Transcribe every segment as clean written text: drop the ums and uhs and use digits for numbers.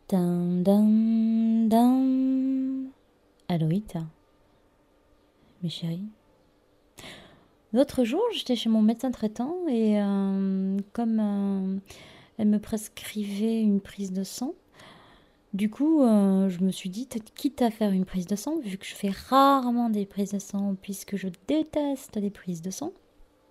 Dun, dun, dun. Aloïta, mes chéris. L'autre jour, j'étais chez mon médecin traitant et comme elle me prescrivait une prise de sang, du coup, je me suis dit, quitte à faire une prise de sang, vu que je fais rarement des prises de sang, puisque je déteste les prises de sang.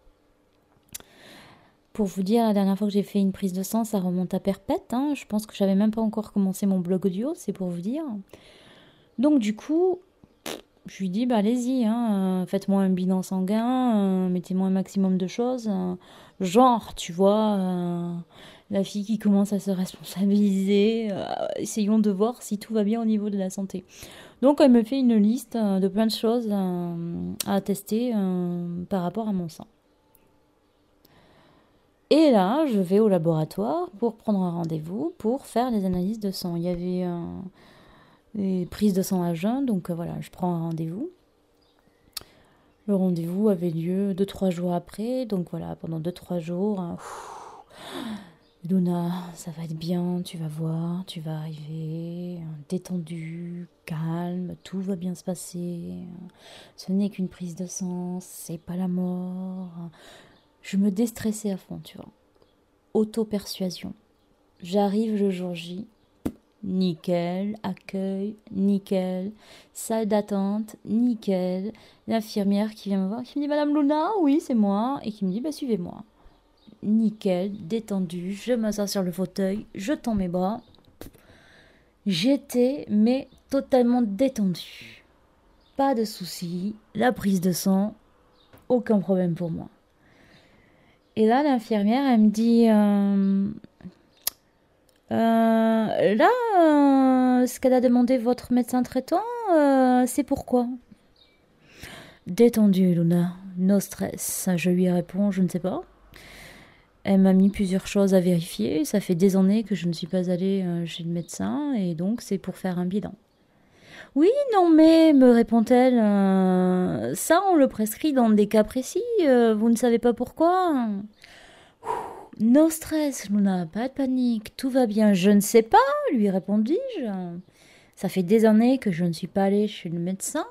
Pour vous dire, la dernière fois que j'ai fait une prise de sang, ça remonte à perpète. Hein. Je pense que j'avais même pas encore commencé mon blog audio, c'est pour vous dire. Donc du coup, je lui dis, bah allez-y, hein, faites-moi un bilan sanguin, mettez-moi un maximum de choses. Genre, tu vois, la fille qui commence à se responsabiliser, essayons de voir si tout va bien au niveau de la santé. Donc elle me fait une liste de plein de choses à tester par rapport à mon sang. Et là, je vais au laboratoire pour prendre un rendez-vous pour faire les analyses de sang. Il y avait des prises de sang à jeun, donc voilà, je prends un rendez-vous. Le rendez-vous avait lieu 2-3 jours après, donc voilà, pendant 2-3 jours, Luna, ça va être bien, tu vas voir, tu vas arriver, détendu, calme, tout va bien se passer. Ce n'est qu'une prise de sang, c'est pas la mort. Je me déstressais à fond, tu vois. Auto-persuasion. J'arrive le jour J, nickel, accueil, nickel, salle d'attente, nickel. L'infirmière qui vient me voir, qui me dit Madame Luna, oui c'est moi, et qui me dit bah suivez-moi. Nickel, détendu, je m'assois sur le fauteuil, je tends mes bras. J'étais mais totalement détendue. Pas de soucis, la prise de sang, aucun problème pour moi. Et là, l'infirmière, elle me dit ce qu'elle a demandé votre médecin traitant, c'est pourquoi? Détendue, Luna, no stress. Je lui réponds, je ne sais pas. Elle m'a mis plusieurs choses à vérifier. Ça fait des années que je ne suis pas allée chez le médecin et donc c'est pour faire un bilan. Oui, non, mais, me répond-elle, ça on le prescrit dans des cas précis, vous ne savez pas pourquoi? No stress, Luna, pas de panique, tout va bien. Je ne sais pas, lui répondis-je. Ça fait des années que je ne suis pas allée chez le médecin.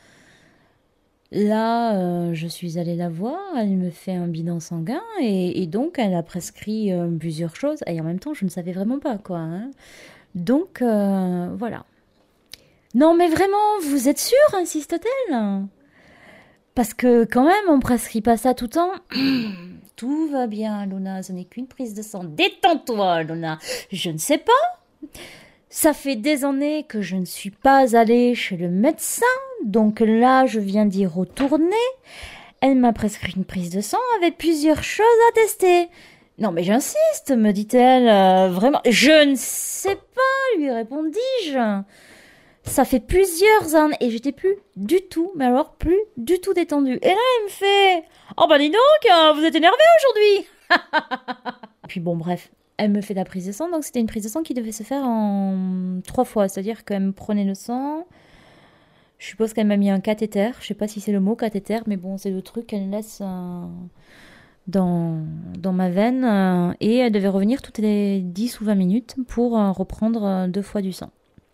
Là, je suis allée la voir, elle me fait un bilan sanguin et donc elle a prescrit plusieurs choses. Et en même temps, je ne savais vraiment pas quoi. Hein. Donc, voilà. Non, mais vraiment, vous êtes sûre, insiste-t-elle? Parce que quand même, on prescrit pas ça tout le temps. Tout va bien, Luna, ce n'est qu'une prise de sang. Détends-toi, Luna. Je ne sais pas. Ça fait des années que je ne suis pas allée chez le médecin, donc là, je viens d'y retourner. Elle m'a prescrit une prise de sang avec plusieurs choses à tester. Non, mais j'insiste, me dit-elle, vraiment. Je ne sais pas, lui répondis-je. Ça fait plusieurs années et j'étais plus du tout, mais alors plus du tout détendue. Et là, elle me fait « Oh bah dis donc, vous êtes énervée aujourd'hui !» Puis bon, bref, elle me fait la prise de sang. Donc c'était une prise de sang qui devait se faire en 3 fois. C'est-à-dire qu'elle me prenait le sang. Je suppose qu'elle m'a mis un cathéter. Je sais pas si c'est le mot cathéter, mais bon, c'est le truc qu'elle laisse dans ma veine. Et elle devait revenir toutes les 10 ou 20 minutes pour reprendre 2 fois du sang.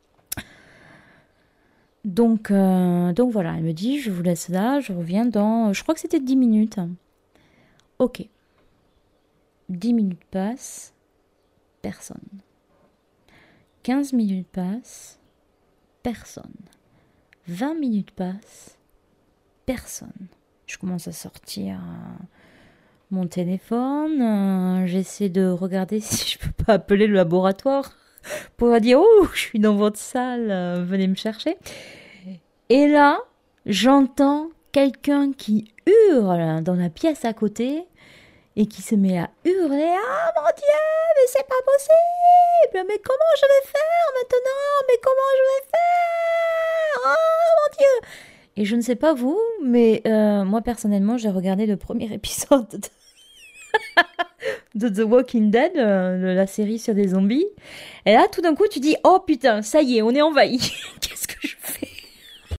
Donc voilà, elle me dit, je vous laisse là, je reviens dans, je crois que c'était 10 minutes. Ok. 10 minutes passent, personne. 15 minutes passent, personne. 20 minutes passent, personne. Je commence à sortir mon téléphone, j'essaie de regarder si je peux pas appeler le laboratoire pour leur dire « Oh, je suis dans votre salle, venez me chercher ». Et là, j'entends quelqu'un qui hurle dans la pièce à côté et qui se met à hurler « Ah mon Dieu, mais c'est pas possible! Mais comment je vais faire maintenant? Mais comment je vais faire? Oh mon Dieu !» Et je ne sais pas vous, mais moi personnellement, j'ai regardé le premier épisode de The Walking Dead, la série sur des zombies. Et là, tout d'un coup, tu dis « Oh putain, ça y est, on est envahi. Qu'est-ce